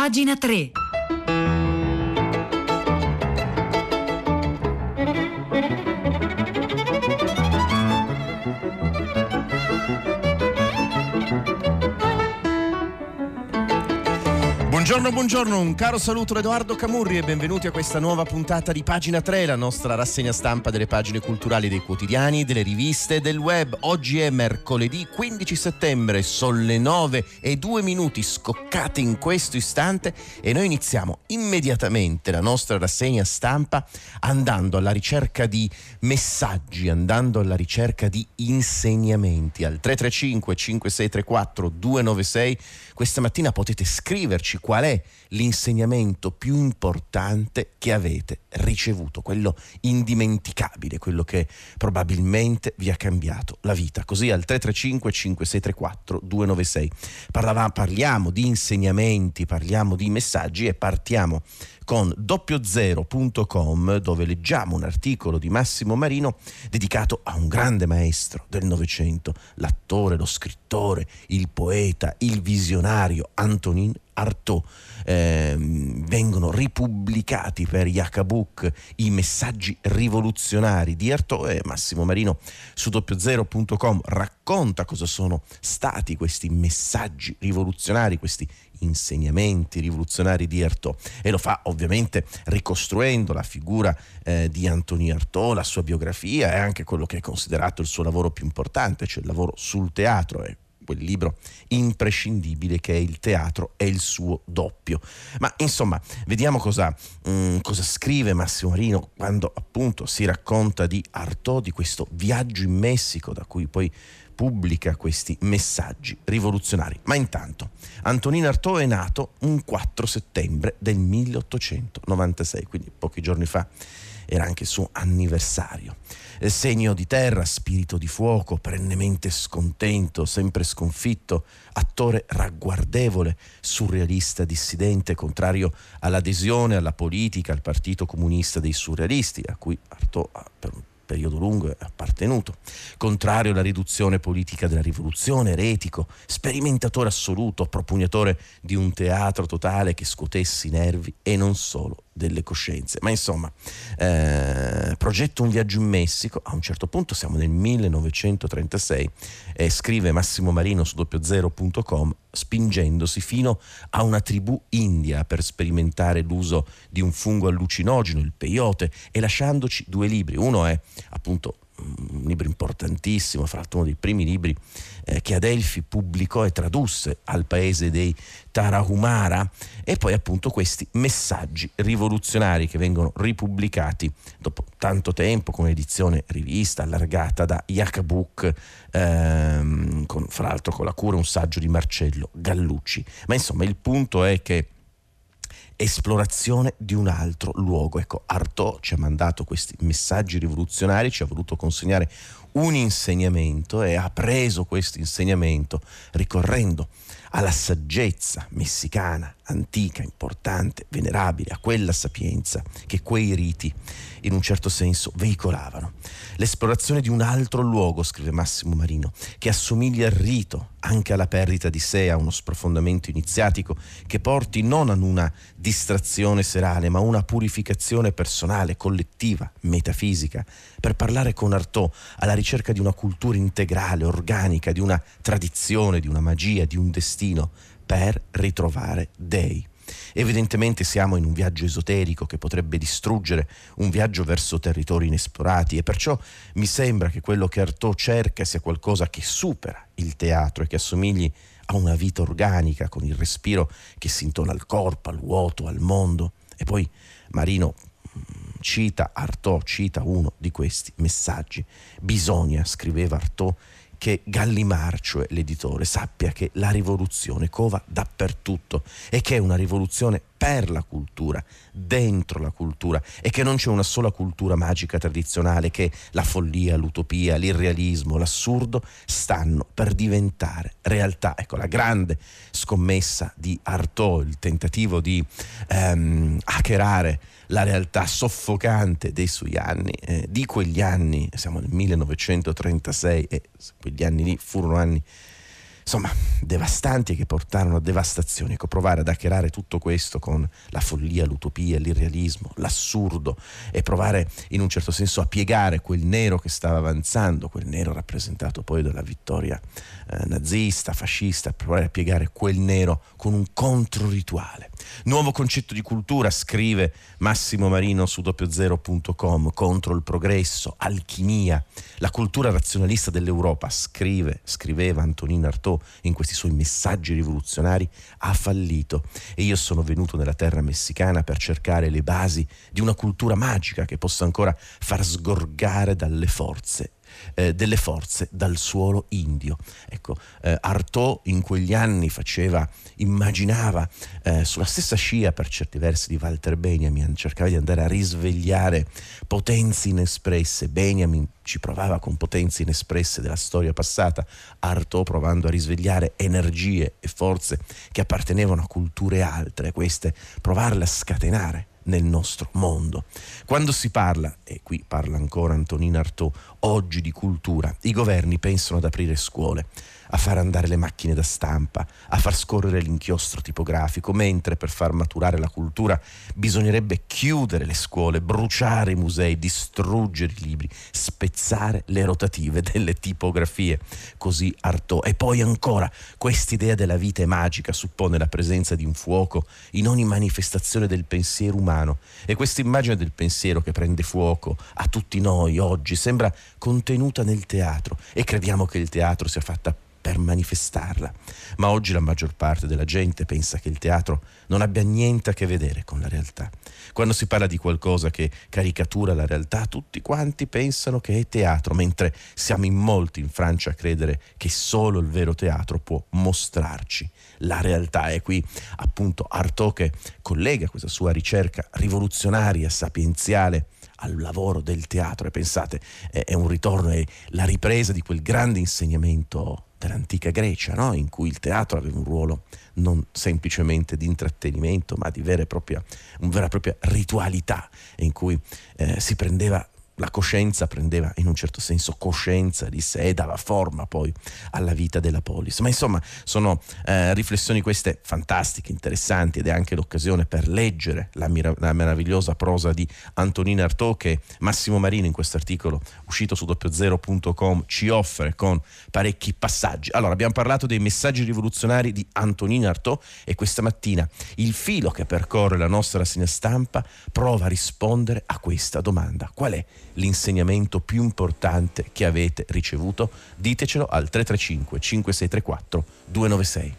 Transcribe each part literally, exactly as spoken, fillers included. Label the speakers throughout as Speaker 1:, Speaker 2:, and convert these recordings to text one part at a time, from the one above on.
Speaker 1: Pagina tre.
Speaker 2: Buongiorno, buongiorno, un caro saluto da Edoardo Camurri e benvenuti a questa nuova puntata di Pagina tre, la nostra rassegna stampa delle pagine culturali dei quotidiani, delle riviste e del web. Oggi è mercoledì quindici settembre, sono le nove e due minuti scoccate in questo istante e noi iniziamo immediatamente la nostra rassegna stampa andando alla ricerca di messaggi, andando alla ricerca di insegnamenti. Al tre tre cinque cinque sei tre quattro due nove sei questa mattina potete scriverci qual è l'insegnamento più importante che avete ricevuto, quello indimenticabile, quello che probabilmente vi ha cambiato la vita. Così al tre tre cinque cinque sei tre quattro due nove sei Parla, parliamo di insegnamenti, parliamo di messaggi e partiamo con doppio zero punto com, dove leggiamo un articolo di Massimo Marino dedicato a un grande maestro del Novecento, l'attore, lo scrittore, il poeta, il visionario Antonin Artaud. Eh, vengono ripubblicati per Yakabook i messaggi rivoluzionari di Artaud e Massimo Marino su doppio zero punto com racconta cosa sono stati questi messaggi rivoluzionari, questi insegnamenti rivoluzionari di Artaud, e lo fa ovviamente ricostruendo la figura eh, di Antonin Artaud, la sua biografia e anche quello che è considerato il suo lavoro più importante, cioè il lavoro sul teatro, e quel libro imprescindibile che è Il teatro e il suo doppio. Ma insomma, vediamo cosa, mh, cosa scrive Massimo Marino quando appunto si racconta di Artaud, di questo viaggio in Messico da cui poi pubblica questi messaggi rivoluzionari. Ma intanto Antonin Artaud è nato un quattro settembre del milleottocentonovantasei, quindi pochi giorni fa era anche il suo anniversario. Segno di terra, spirito di fuoco, perennemente scontento, sempre sconfitto, attore ragguardevole, surrealista dissidente, contrario all'adesione alla politica, al partito comunista dei surrealisti, a cui Artaud ha per un periodo lungo è appartenuto, contrario alla riduzione politica della rivoluzione, eretico, sperimentatore assoluto, propugnatore di un teatro totale che scuotesse i nervi e non solo delle coscienze. Ma insomma, eh, progetto un viaggio in Messico. A un certo punto siamo nel millenovecentotrentasei e scrive Massimo Marino su doppio zero punto com, spingendosi fino a una tribù india per sperimentare l'uso di un fungo allucinogeno, il peyote, e lasciandoci due libri. Uno è appunto un libro importantissimo, fra l'altro uno dei primi libri eh, che Adelphi pubblicò e tradusse al paese dei Tarahumara, e poi appunto questi messaggi rivoluzionari che vengono ripubblicati dopo tanto tempo con edizione rivista allargata da Yakabook, ehm, con, fra l'altro con la cura un saggio di Marcello Gallucci. Ma insomma il punto è che esplorazione di un altro luogo. Ecco, Artaud ci ha mandato questi messaggi rivoluzionari, ci ha voluto consegnare un insegnamento e ha preso questo insegnamento ricorrendo alla saggezza messicana, antica, importante, venerabile, a quella sapienza che quei riti in un certo senso veicolavano. L'esplorazione di un altro luogo, scrive Massimo Marino, che assomiglia al rito, anche alla perdita di sé, a uno sprofondamento iniziatico che porti non ad una distrazione serale, ma a una purificazione personale, collettiva, metafisica, per parlare con Artaud alla ricerca di una cultura integrale, organica, di una tradizione, di una magia, di un destino, per ritrovare dei. Evidentemente siamo in un viaggio esoterico che potrebbe distruggere un viaggio verso territori inesplorati, e perciò mi sembra che quello che Artaud cerca sia qualcosa che supera il teatro e che assomigli a una vita organica, con il respiro che si intona al corpo, al vuoto, al mondo. E poi Marino cita Artaud, cita uno di questi messaggi. Bisogna, scriveva Artaud, che Gallimard, cioè l'editore, sappia che la rivoluzione cova dappertutto e che è una rivoluzione per la cultura, dentro la cultura, e che non c'è una sola cultura magica tradizionale, che la follia, l'utopia, l'irrealismo, l'assurdo stanno per diventare realtà. Ecco la grande scommessa di Artaud, il tentativo di ehm, hackerare la realtà soffocante dei suoi anni, eh, di quegli anni, siamo nel millenovecentotrentasei e quegli anni lì furono anni insomma devastanti, che portarono a devastazioni. Ecco, provare ad hackerare tutto questo con la follia, l'utopia, l'irrealismo, l'assurdo, e provare in un certo senso a piegare quel nero che stava avanzando, quel nero rappresentato poi dalla vittoria eh, nazista, fascista, provare a piegare quel nero con un controrituale. Nuovo concetto di cultura, scrive Massimo Marino su doppio zero punto com, contro il progresso, alchimia, la cultura razionalista dell'Europa, scrive, scriveva Antonin Artaud in questi suoi messaggi rivoluzionari, ha fallito, e io sono venuto nella terra messicana per cercare le basi di una cultura magica che possa ancora far sgorgare dalle forze Eh, delle forze dal suolo indio. Ecco, eh, Artaud in quegli anni faceva, immaginava eh, sulla stessa scia per certi versi di Walter Benjamin, cercava di andare a risvegliare potenze inespresse. Benjamin ci provava con potenze inespresse della storia passata, Artaud provando a risvegliare energie e forze che appartenevano a culture altre, queste provarle a scatenare nel nostro mondo. Quando si parla, e qui parla ancora Antonin Artaud, oggi di cultura, i governi pensano ad aprire scuole, a far andare le macchine da stampa, a far scorrere l'inchiostro tipografico, mentre per far maturare la cultura bisognerebbe chiudere le scuole, bruciare i musei, distruggere i libri, spezzare le rotative delle tipografie. Così Artaud. E poi ancora, quest'idea della vita è magica, suppone la presenza di un fuoco in ogni manifestazione del pensiero umano, e questa immagine del pensiero che prende fuoco a tutti noi oggi sembra contenuta nel teatro, e crediamo che il teatro sia fatta per manifestarla. Ma oggi la maggior parte della gente pensa che il teatro non abbia niente a che vedere con la realtà. Quando si parla di qualcosa che caricatura la realtà, tutti quanti pensano che è teatro, mentre siamo in molti in Francia a credere che solo il vero teatro può mostrarci la realtà. E qui appunto Artaud che collega questa sua ricerca rivoluzionaria, sapienziale, al lavoro del teatro, e pensate, è un ritorno, è la ripresa di quel grande insegnamento dell'antica Grecia, no? In cui il teatro aveva un ruolo non semplicemente di intrattenimento, ma di vera e propria, una vera e propria ritualità, in cui eh, si prendeva la coscienza, prendeva in un certo senso coscienza di sé e dava forma poi alla vita della polis. Ma insomma sono eh, riflessioni queste fantastiche, interessanti, ed è anche l'occasione per leggere la, mira- la meravigliosa prosa di Antonin Artaud che Massimo Marino in questo articolo uscito su doppio zero punto com ci offre con parecchi passaggi. Allora, abbiamo parlato dei messaggi rivoluzionari di Antonin Artaud, e questa mattina il filo che percorre la nostra rassegna stampa prova a rispondere a questa domanda: qual è l'insegnamento più importante che avete ricevuto? Ditecelo al tre tre cinque cinque sei tre quattro due nove sei.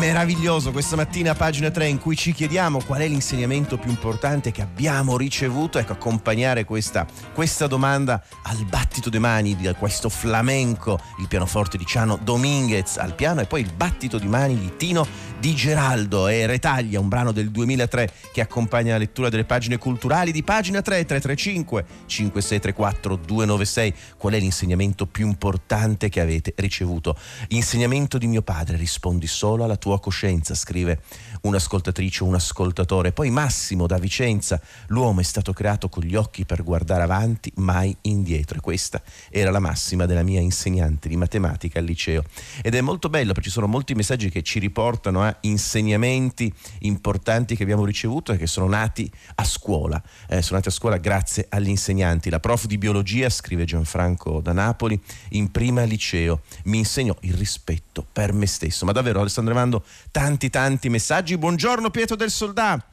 Speaker 2: meraviglioso questa mattina a pagina tre, in cui ci chiediamo qual è l'insegnamento più importante che abbiamo ricevuto. Ecco, accompagnare questa, questa domanda al battito di mani di questo flamenco, il pianoforte di Chano Dominguez al piano, e poi il battito di mani di Tino Di Geraldo e Retaglia, un brano del duemilatré che accompagna la lettura delle pagine culturali di pagina tre. Tre tre cinque cinque sei tre quattro due nove sei. Qual è l'insegnamento più importante che avete ricevuto? Insegnamento di mio padre, rispondi solo alla tua coscienza, scrive un'ascoltatrice o un ascoltatore. Poi Massimo da Vicenza: l'uomo è stato creato con gli occhi per guardare avanti, mai indietro. E questa era la massima della mia insegnante di matematica al liceo. Ed è molto bello perché ci sono molti messaggi che ci riportano a insegnamenti importanti che abbiamo ricevuto e che sono nati a scuola. Eh, sono nati a scuola grazie agli insegnanti. La prof di biologia, scrive Gianfranco da Napoli, in prima liceo mi insegnò il rispetto per me stesso. Ma davvero stanno arrivando tanti tanti messaggi. Buongiorno Pietro del Soldà.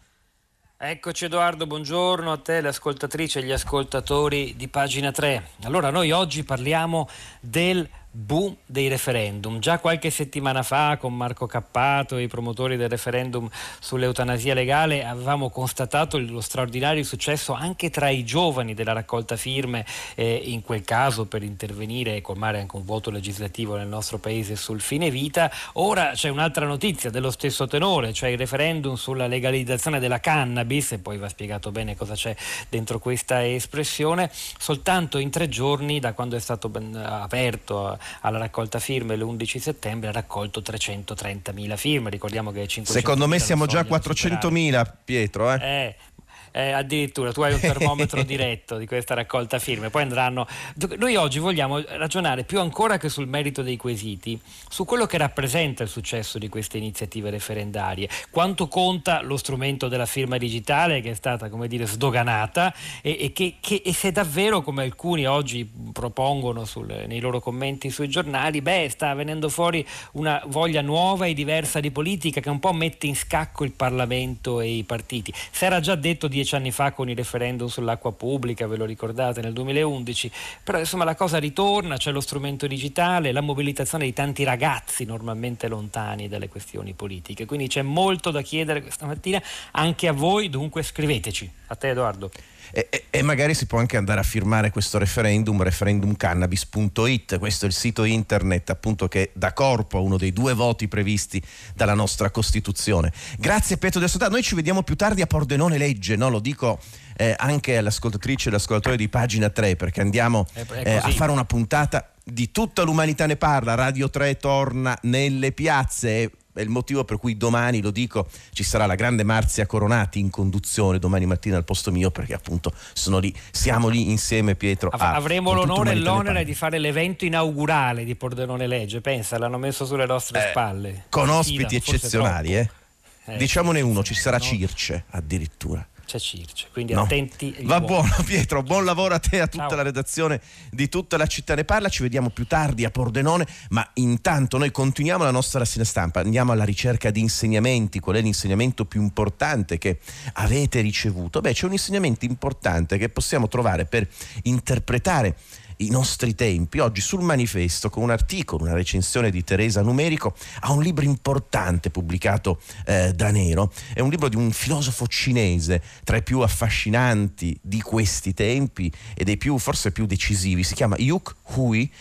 Speaker 1: Eccoci Edoardo, buongiorno a te, le ascoltatrici e gli ascoltatori di pagina tre. Allora, noi oggi parliamo del boom dei referendum. Già qualche settimana fa con Marco Cappato e i promotori del referendum sull'eutanasia legale avevamo constatato lo straordinario successo anche tra i giovani della raccolta firme, eh, in quel caso per intervenire e colmare anche un vuoto legislativo nel nostro paese sul fine vita. Ora c'è un'altra notizia dello stesso tenore, cioè il referendum sulla legalizzazione della cannabis, e poi va spiegato bene cosa c'è dentro questa espressione. Soltanto in tre giorni, da quando è stato ben aperto alla raccolta firme l'undici settembre, ha raccolto trecentotrentamila firme. Ricordiamo che cinquecentomila.
Speaker 2: Secondo me siamo già a quattrocentomila, Pietro. Eh?
Speaker 1: Eh. Eh, addirittura tu hai un termometro diretto di questa raccolta firme. Poi andranno. Noi oggi vogliamo ragionare più ancora che sul merito dei quesiti, su quello che rappresenta il successo di queste iniziative referendarie, quanto conta lo strumento della firma digitale, che è stata, come dire, sdoganata, e, e, che, che, e se davvero, come alcuni oggi propongono sul, nei loro commenti sui giornali, beh, sta venendo fuori una voglia nuova e diversa di politica che un po' mette in scacco il Parlamento e i partiti. Si era già detto dieci anni fa con il referendum sull'acqua pubblica, ve lo ricordate, nel duemilaundici, però insomma la cosa ritorna, c'è lo strumento digitale, la mobilitazione di tanti ragazzi normalmente lontani dalle questioni politiche, quindi c'è molto da chiedere questa mattina anche a voi, dunque scriveteci. A te Edoardo.
Speaker 2: E, e, e magari si può anche andare a firmare questo referendum, referendum cannabis punto it. Questo è il sito internet appunto che dà corpo a uno dei due voti previsti dalla nostra Costituzione. Grazie Pietro del Soldà. Noi ci vediamo più tardi a Pordenone Legge, no? Lo dico eh, anche all'ascoltatrice e all'ascoltatore di pagina tre, perché andiamo eh, a fare una puntata di Tutta l'umanità ne parla. Radio tre torna nelle piazze. È il motivo per cui domani, lo dico, ci sarà la grande Marzia Coronati in conduzione domani mattina al posto mio, perché appunto sono lì, siamo lì insieme, Pietro.
Speaker 1: Av- avremo l'onore e l'onere di fare l'evento inaugurale di Pordenone Legge, pensa, l'hanno messo sulle nostre
Speaker 2: eh,
Speaker 1: spalle.
Speaker 2: Con ospiti eccezionali, eh. eh Diciamone uno, ci sarà no? Circe addirittura.
Speaker 1: C'è Circe, quindi
Speaker 2: no.
Speaker 1: attenti.
Speaker 2: Va buono Pietro, buon lavoro a te e a tutta Ciao. La redazione di Tutta la città ne parla. Ci vediamo più tardi a Pordenone, ma intanto noi continuiamo la nostra rassegna stampa, andiamo alla ricerca di insegnamenti. Qual è l'insegnamento più importante che avete ricevuto? Beh, c'è un insegnamento importante che possiamo trovare per interpretare i nostri tempi oggi sul Manifesto, con un articolo, una recensione di Teresa Numerico a un libro importante pubblicato eh, da Nero. È un libro di un filosofo cinese tra i più affascinanti di questi tempi e dei più, forse più decisivi. Si chiama Yuk Hui,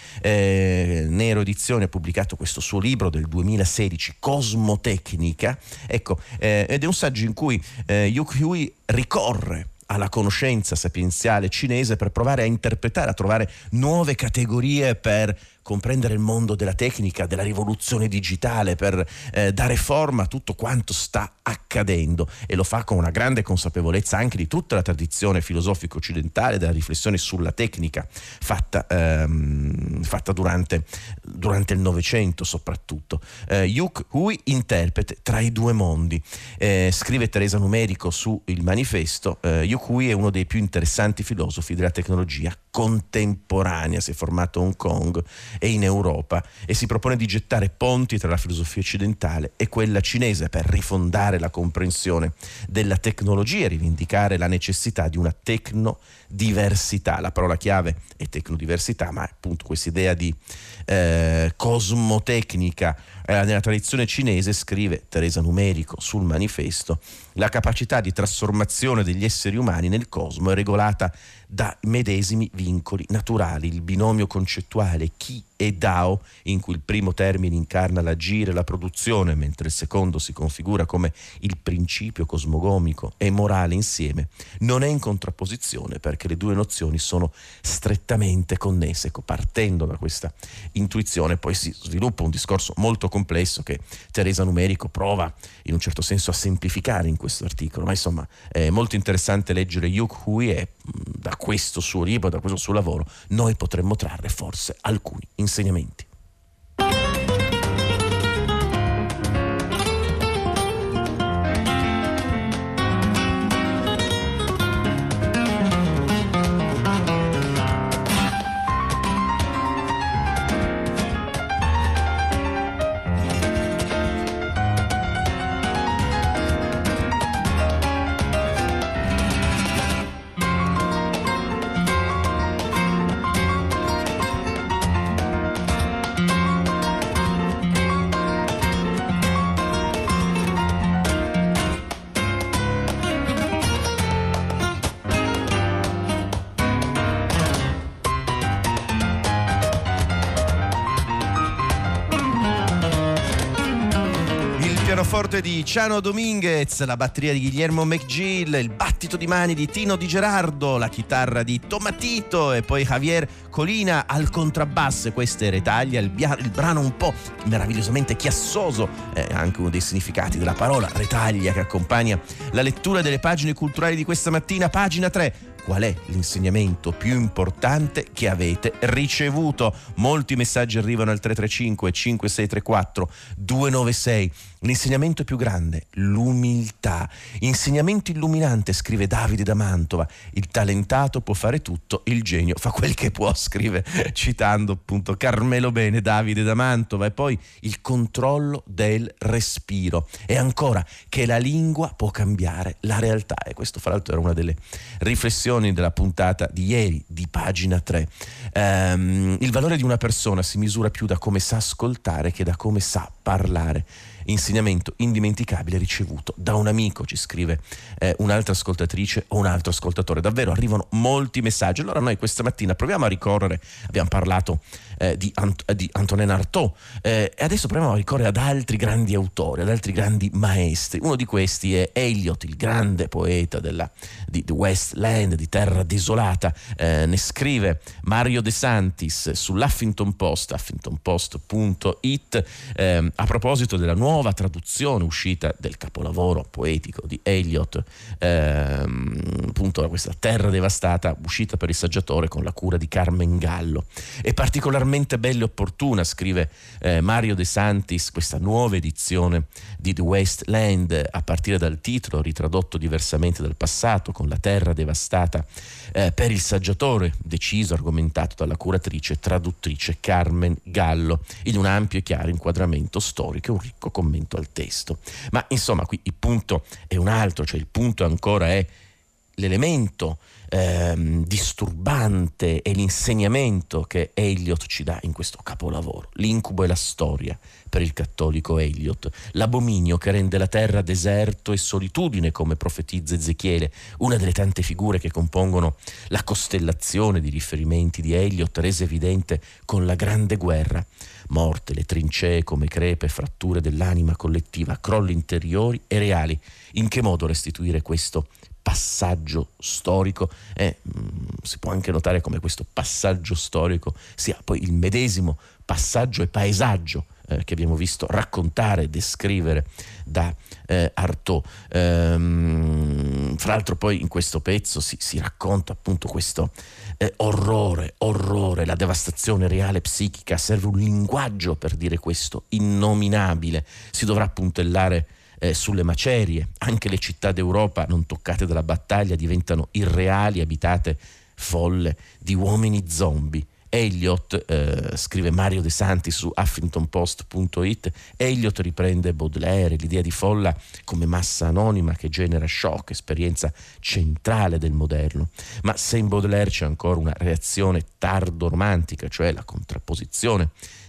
Speaker 2: eh, Nero Edizione ha pubblicato questo suo libro del duemilasedici, Cosmotecnica. Ecco, eh, ed è un saggio in cui eh, Yuk Hui ricorre alla conoscenza sapienziale cinese per provare a interpretare, a trovare nuove categorie per comprendere il mondo della tecnica, della rivoluzione digitale, per eh, dare forma a tutto quanto sta accadendo, e lo fa con una grande consapevolezza anche di tutta la tradizione filosofica occidentale, della riflessione sulla tecnica fatta, ehm, fatta durante, durante il Novecento soprattutto. Eh, Yuk Hui, interprete tra i due mondi. Eh, scrive Teresa Numerico su Il Manifesto, eh, Yuk Hui è uno dei più interessanti filosofi della tecnologia contemporanea, si è formato a Hong Kong e in Europa e si propone di gettare ponti tra la filosofia occidentale e quella cinese per rifondare la comprensione della tecnologia e rivendicare la necessità di una tecnodiversità. La parola chiave è tecnodiversità, ma appunto questa idea di eh, cosmotecnica eh, nella tradizione cinese, scrive Teresa Numerico sul manifesto, la capacità di trasformazione degli esseri umani nel cosmo è regolata da medesimi vincoli naturali. Il binomio concettuale Qi e Dao, in cui il primo termine incarna l'agire e la produzione, mentre il secondo si configura come il principio cosmogomico e morale insieme, non è in contrapposizione perché le due nozioni sono strettamente connesse. Ecco, partendo da questa intuizione poi si sviluppa un discorso molto complesso che Teresa Numerico prova in un certo senso a semplificare in questo articolo, ma insomma è molto interessante leggere Yuk Hui e da questo suo libro, da questo suo lavoro, noi potremmo trarre forse alcuni insegnamenti. Pianoforte di Chano Dominguez, la batteria di Guillermo McGill, il battito di mani di Tino Di Gerardo, la chitarra di Tomatito e poi Javier Colina al contrabbasso. Questa è Retaglia, il, bia- il brano un po' meravigliosamente chiassoso, è anche uno dei significati della parola Retaglia che accompagna la lettura delle pagine culturali di questa mattina. Pagina tre. Qual è l'insegnamento più importante che avete ricevuto? Molti messaggi arrivano al tre tre cinque cinque sei tre quattro due nove sei. L'insegnamento più grande, l'umiltà. Insegnamento illuminante, scrive Davide da Mantova. Il talentato può fare tutto, il genio fa quel che può, scrive citando appunto Carmelo Bene, Davide da Mantova. E poi il controllo del respiro. E ancora che la lingua può cambiare la realtà. E questo fra l'altro era una delle riflessioni della puntata di ieri di Pagina tre. Um, il valore di una persona si misura più da come sa ascoltare che da come sa parlare. Insegnamento indimenticabile ricevuto da un amico, ci scrive eh, un'altra ascoltatrice o un altro ascoltatore. Davvero arrivano molti messaggi. Allora noi questa mattina proviamo a ricorrere, abbiamo parlato eh, di, Ant- di Antonin Artaud eh, e adesso proviamo a ricorrere ad altri grandi autori, ad altri grandi maestri. Uno di questi è Eliot, il grande poeta della, di, di West Land, di Terra Desolata. Eh, ne scrive Mario De Santis sull'Huffington Post, huffington post punto it, eh, a proposito della nuova nuova traduzione uscita del capolavoro poetico di Eliot, ehm, appunto da questa Terra Devastata, uscita per il saggiatore con la cura di Carmen Gallo. È particolarmente bella e opportuna, scrive eh, Mario De Santis, questa nuova edizione di The Waste Land, a partire dal titolo ritradotto diversamente dal passato, con la Terra Devastata, eh, per il saggiatore, deciso, argomentato dalla curatrice e traduttrice Carmen Gallo, in un ampio e chiaro inquadramento storico e un ricco commento al testo. Ma insomma qui il punto è un altro, cioè il punto ancora è l'elemento ehm, disturbante e l'insegnamento che Eliot ci dà in questo capolavoro. L'incubo e la storia per il cattolico Eliot, l'abominio che rende la terra deserto e solitudine, come profetizza Ezechiele, una delle tante figure che compongono la costellazione di riferimenti di Eliot, resa evidente con la Grande Guerra. Morte, le trincee come crepe, fratture dell'anima collettiva, crolli interiori e reali. In che modo restituire questo passaggio storico? Eh, mh, si può anche notare come questo passaggio storico sia poi il medesimo passaggio e paesaggio eh, che abbiamo visto raccontare e descrivere da eh, Artaud. Ehm, fra l'altro poi in questo pezzo si, si racconta appunto questo eh, orrore, orrore, la devastazione reale psichica. Serve un linguaggio per dire questo, innominabile. Si dovrà puntellare Eh, sulle macerie. Anche le città d'Europa non toccate dalla battaglia diventano irreali, abitate folle di uomini zombie. Eliot, eh, scrive Mario De Santis su huffington post punto it, Eliot riprende Baudelaire, l'idea di folla come massa anonima che genera shock, esperienza centrale del moderno. Ma se in Baudelaire c'è ancora una reazione tardo romantica, cioè la contrapposizione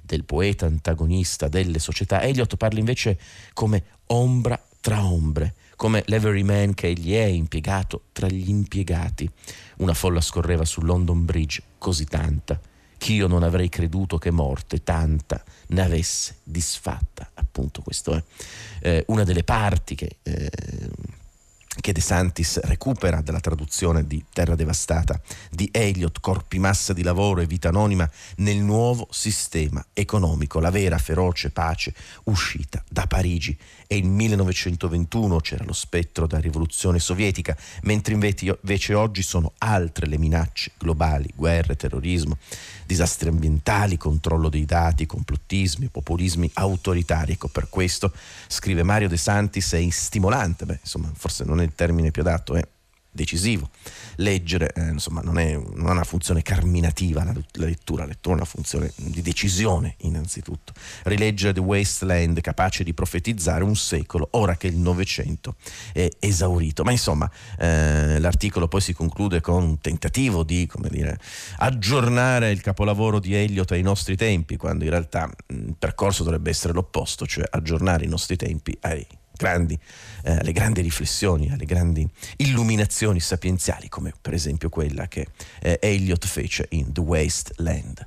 Speaker 2: del poeta antagonista delle società, Eliot parla invece come ombra tra ombre, come l'Everyman che egli è, impiegato tra gli impiegati. Una folla scorreva su London Bridge, così tanta, ch'io non avrei creduto che morte tanta ne avesse disfatta. Appunto, questo è eh, una delle parti che, eh, che De Santis recupera dalla traduzione di Terra devastata di Eliot, corpi massa di lavoro e vita anonima nel nuovo sistema economico, la vera feroce pace uscita da Parigi. E il millenovecentoventuno c'era lo spettro della rivoluzione sovietica, mentre invece oggi sono altre le minacce globali: guerre, terrorismo, disastri ambientali, controllo dei dati, complottismi, populismi autoritari. Ecco, per questo, scrive Mario De Santis, è stimolante, beh, insomma, forse non è il termine più adatto, è decisivo leggere, eh, insomma non è, non ha una funzione carminativa la, la lettura, la lettura è una funzione di decisione innanzitutto. Rileggere The Waste Land, capace di profetizzare un secolo ora che il Novecento è esaurito. Ma insomma, eh, l'articolo poi si conclude con un tentativo di, come dire, aggiornare il capolavoro di Eliot ai nostri tempi, quando in realtà il percorso dovrebbe essere l'opposto, cioè aggiornare i nostri tempi ai grandi, eh, alle grandi riflessioni, alle grandi illuminazioni sapienziali, come per esempio quella che eh, Eliot fece in The Waste Land.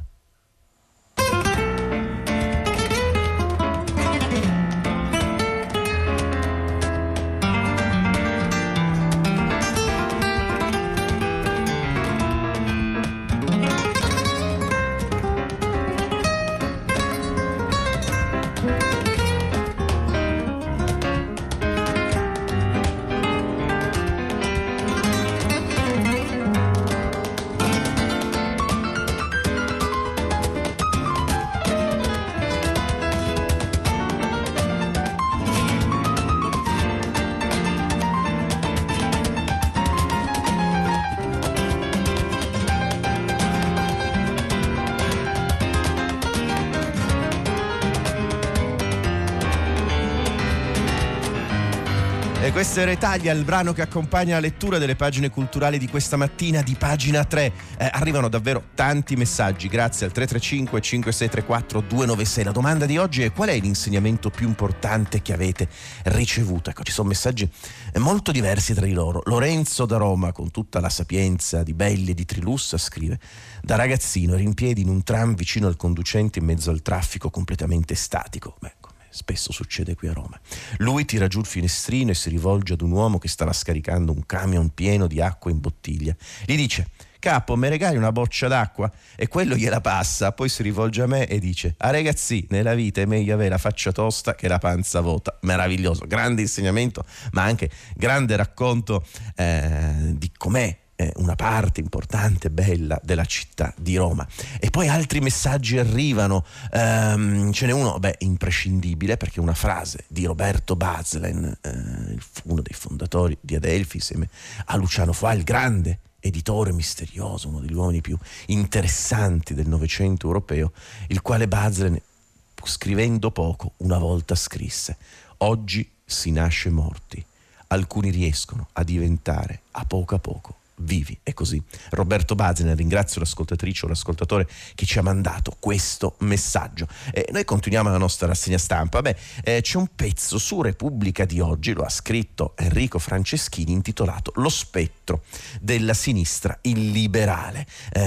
Speaker 2: Questo era Italia, il brano che accompagna la lettura delle pagine culturali di questa mattina di Pagina tre. Eh, arrivano davvero tanti messaggi, grazie al tre tre cinque cinque sei tre quattro due nove sei. La domanda di oggi è: qual è l'insegnamento più importante che avete ricevuto? Ecco, ci sono messaggi molto diversi tra di loro. Lorenzo da Roma, con tutta la sapienza di Belli e di Trilussa, scrive: da ragazzino ero in piedi in un tram vicino al conducente in mezzo al traffico completamente statico. Beh, spesso succede qui a Roma. Lui tira giù il finestrino e si rivolge ad un uomo che stava scaricando un camion pieno di acqua in bottiglia. Gli dice: capo, mi regali una boccia d'acqua? E quello gliela passa, poi si rivolge a me e dice: ah ragazzi, nella vita è meglio avere la faccia tosta che la panza vuota. Meraviglioso, grande insegnamento, ma anche grande racconto eh, di com'è una parte importante, bella della città di Roma. E poi altri messaggi arrivano, um, ce n'è uno, beh, imprescindibile, perché è una frase di Roberto Bazlen, eh, uno dei fondatori di Adelphi, insieme a Luciano Foà, il grande editore misterioso, uno degli uomini più interessanti del Novecento europeo, il quale Bazlen, scrivendo poco, una volta scrisse: oggi si nasce morti, alcuni riescono a diventare a poco a poco vivi. E così Roberto Bazlen, ringrazio l'ascoltatrice o l'ascoltatore che ci ha mandato questo messaggio. E noi continuiamo la nostra rassegna stampa. Beh, eh, c'è un pezzo su Repubblica di oggi, lo ha scritto Enrico Franceschini, intitolato Lo spettro della sinistra illiberale.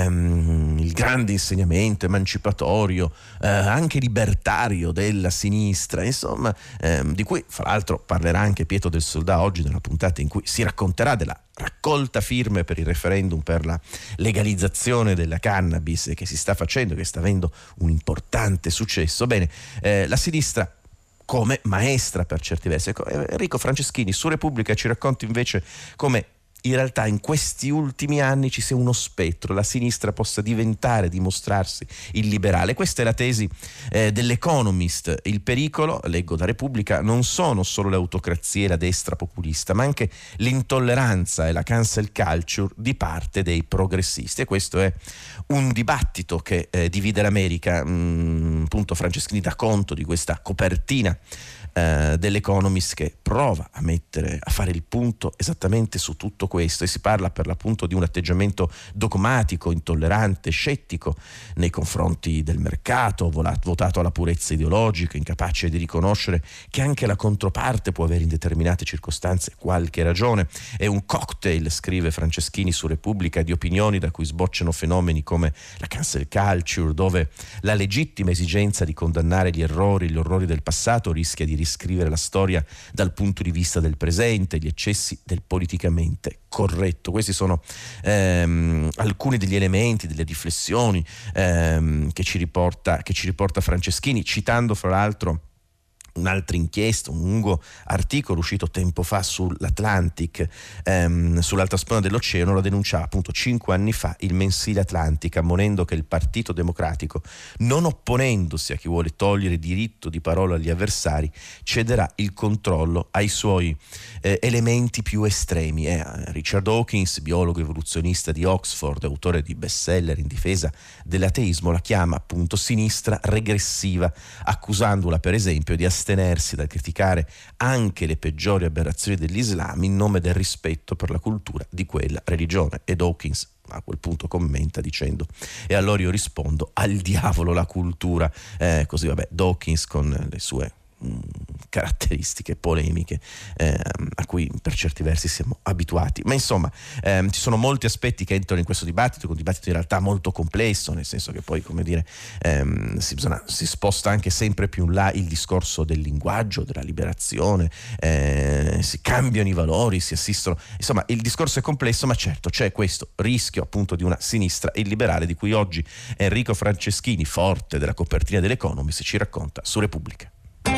Speaker 2: Ehm, il grande insegnamento emancipatorio, eh, anche libertario della sinistra, insomma, ehm, di cui fra l'altro parlerà anche Pietro del Soldà oggi nella puntata in cui si racconterà della raccolta firme per il referendum per la legalizzazione della cannabis che si sta facendo, che sta avendo un importante successo. Bene, eh, la sinistra come maestra per certi versi. Ecco, Enrico Franceschini su Repubblica ci racconta invece come in realtà in questi ultimi anni ci sia uno spettro, la sinistra possa diventare, dimostrarsi illiberale. Questa è la tesi eh, dell'Economist. Il pericolo, leggo da Repubblica, non sono solo le autocrazie e la destra populista, ma anche l'intolleranza e la cancel culture di parte dei progressisti. E questo è un dibattito che eh, divide l'America. Mm, appunto Franceschini dà conto di questa copertina dell'Economist che prova a mettere, a fare il punto esattamente su tutto questo, e si parla per l'appunto di un atteggiamento dogmatico, intollerante, scettico nei confronti del mercato, votato alla purezza ideologica, incapace di riconoscere che anche la controparte può avere in determinate circostanze qualche ragione. È un cocktail, scrive Franceschini su Repubblica, di opinioni da cui sbocciano fenomeni come la cancel culture, dove la legittima esigenza di condannare gli errori, gli orrori del passato rischia di riscrivere la storia dal punto di vista del presente, gli eccessi del politicamente corretto. Questi sono ehm, alcuni degli elementi, delle riflessioni ehm, che ci riporta, che ci riporta Franceschini, citando fra l'altro un'altra inchiesta, un lungo articolo uscito tempo fa sull'Atlantic, ehm, sull'altra sponda dell'oceano. Lo denunciava appunto cinque anni fa il mensile Atlantic, ammonendo che il Partito Democratico, non opponendosi a chi vuole togliere diritto di parola agli avversari, cederà il controllo ai suoi eh, elementi più estremi. Eh, Richard Dawkins, biologo evoluzionista di Oxford, autore di bestseller in difesa dell'ateismo, la chiama appunto sinistra regressiva, accusandola per esempio di astenersi dal criticare anche le peggiori aberrazioni dell'Islam in nome del rispetto per la cultura di quella religione. E Dawkins a quel punto commenta dicendo: e allora io rispondo, al diavolo la cultura. Eh, così vabbè, Dawkins con le sue mh, caratteristiche polemiche eh, a cui per certi versi siamo abituati, ma insomma ehm, ci sono molti aspetti che entrano in questo dibattito, un dibattito in realtà molto complesso, nel senso che poi, come dire, ehm, si, bisogna, si sposta anche sempre più in là il discorso del linguaggio, della liberazione, eh, si cambiano i valori, si assistono, insomma il discorso è complesso, ma certo c'è questo rischio appunto di una sinistra illiberale di cui oggi Enrico Franceschini, forte della copertina dell'Economist, ci racconta su Repubblica.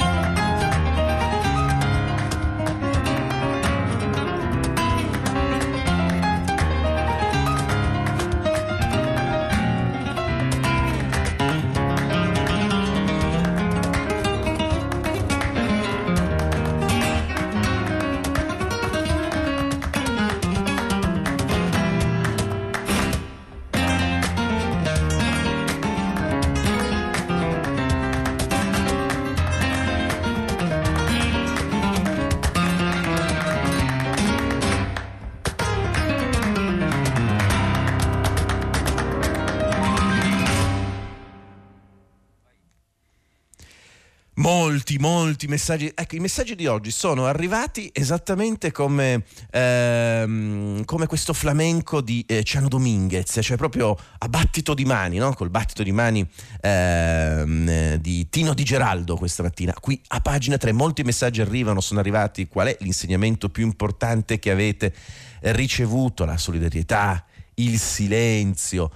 Speaker 2: Molti, molti messaggi. Ecco, i messaggi di oggi sono arrivati esattamente come, ehm, come questo flamenco di eh, Chano Dominguez, cioè proprio a battito di mani, no? Col battito di mani ehm, di Tino Di Geraldo questa mattina, qui a pagina tre. Molti messaggi arrivano, sono arrivati. Qual è l'insegnamento più importante che avete ricevuto? La solidarietà, il silenzio.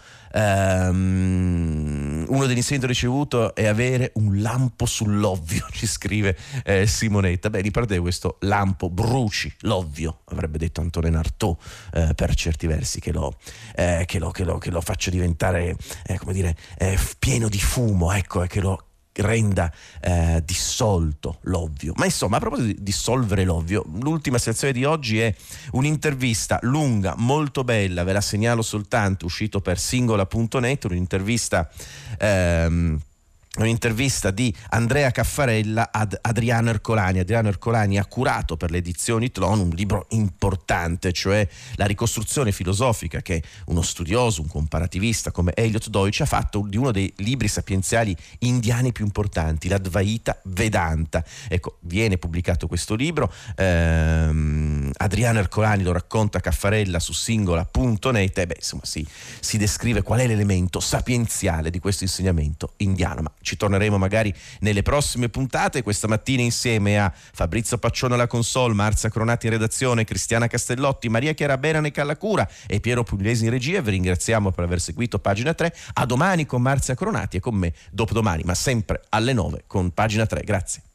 Speaker 2: Um, uno degli insegnamenti ricevuto è avere un lampo sull'ovvio, ci scrive eh, Simonetta. Beh, riparte questo lampo, bruci l'ovvio, avrebbe detto Antonin Artaud, eh, per certi versi, che lo, eh, che lo, che lo, che lo faccia diventare eh, come dire eh, pieno di fumo, ecco, e che lo renda eh, dissolto l'ovvio. Ma insomma, a proposito di dissolvere l'ovvio, l'ultima selezione di oggi è un'intervista lunga, molto bella, ve la segnalo soltanto, uscito per singola punto net, un'intervista ehm, un'intervista di Andrea Caffarella ad Adriano Ercolani. Adriano Ercolani ha curato per le edizioni Tlon un libro importante, cioè la ricostruzione filosofica che uno studioso, un comparativista come Elliot Deutsch ha fatto di uno dei libri sapienziali indiani più importanti, l'Advaita Vedanta. Ecco, viene pubblicato questo libro, ehm, Adriano Ercolani lo racconta Caffarella su singola punto net, e beh, insomma si, si descrive qual è l'elemento sapienziale di questo insegnamento indiano, ma ci torneremo magari nelle prossime puntate. Questa mattina insieme a Fabrizio Paccione alla console, Marzia Cronati in redazione, Cristiana Castellotti, Maria Chiara Berane Callacura e Piero Pugliesi in regia. Vi ringraziamo per aver seguito Pagina tre. A domani con Marzia Cronati e con me dopodomani, ma sempre alle nove con Pagina tre. Grazie.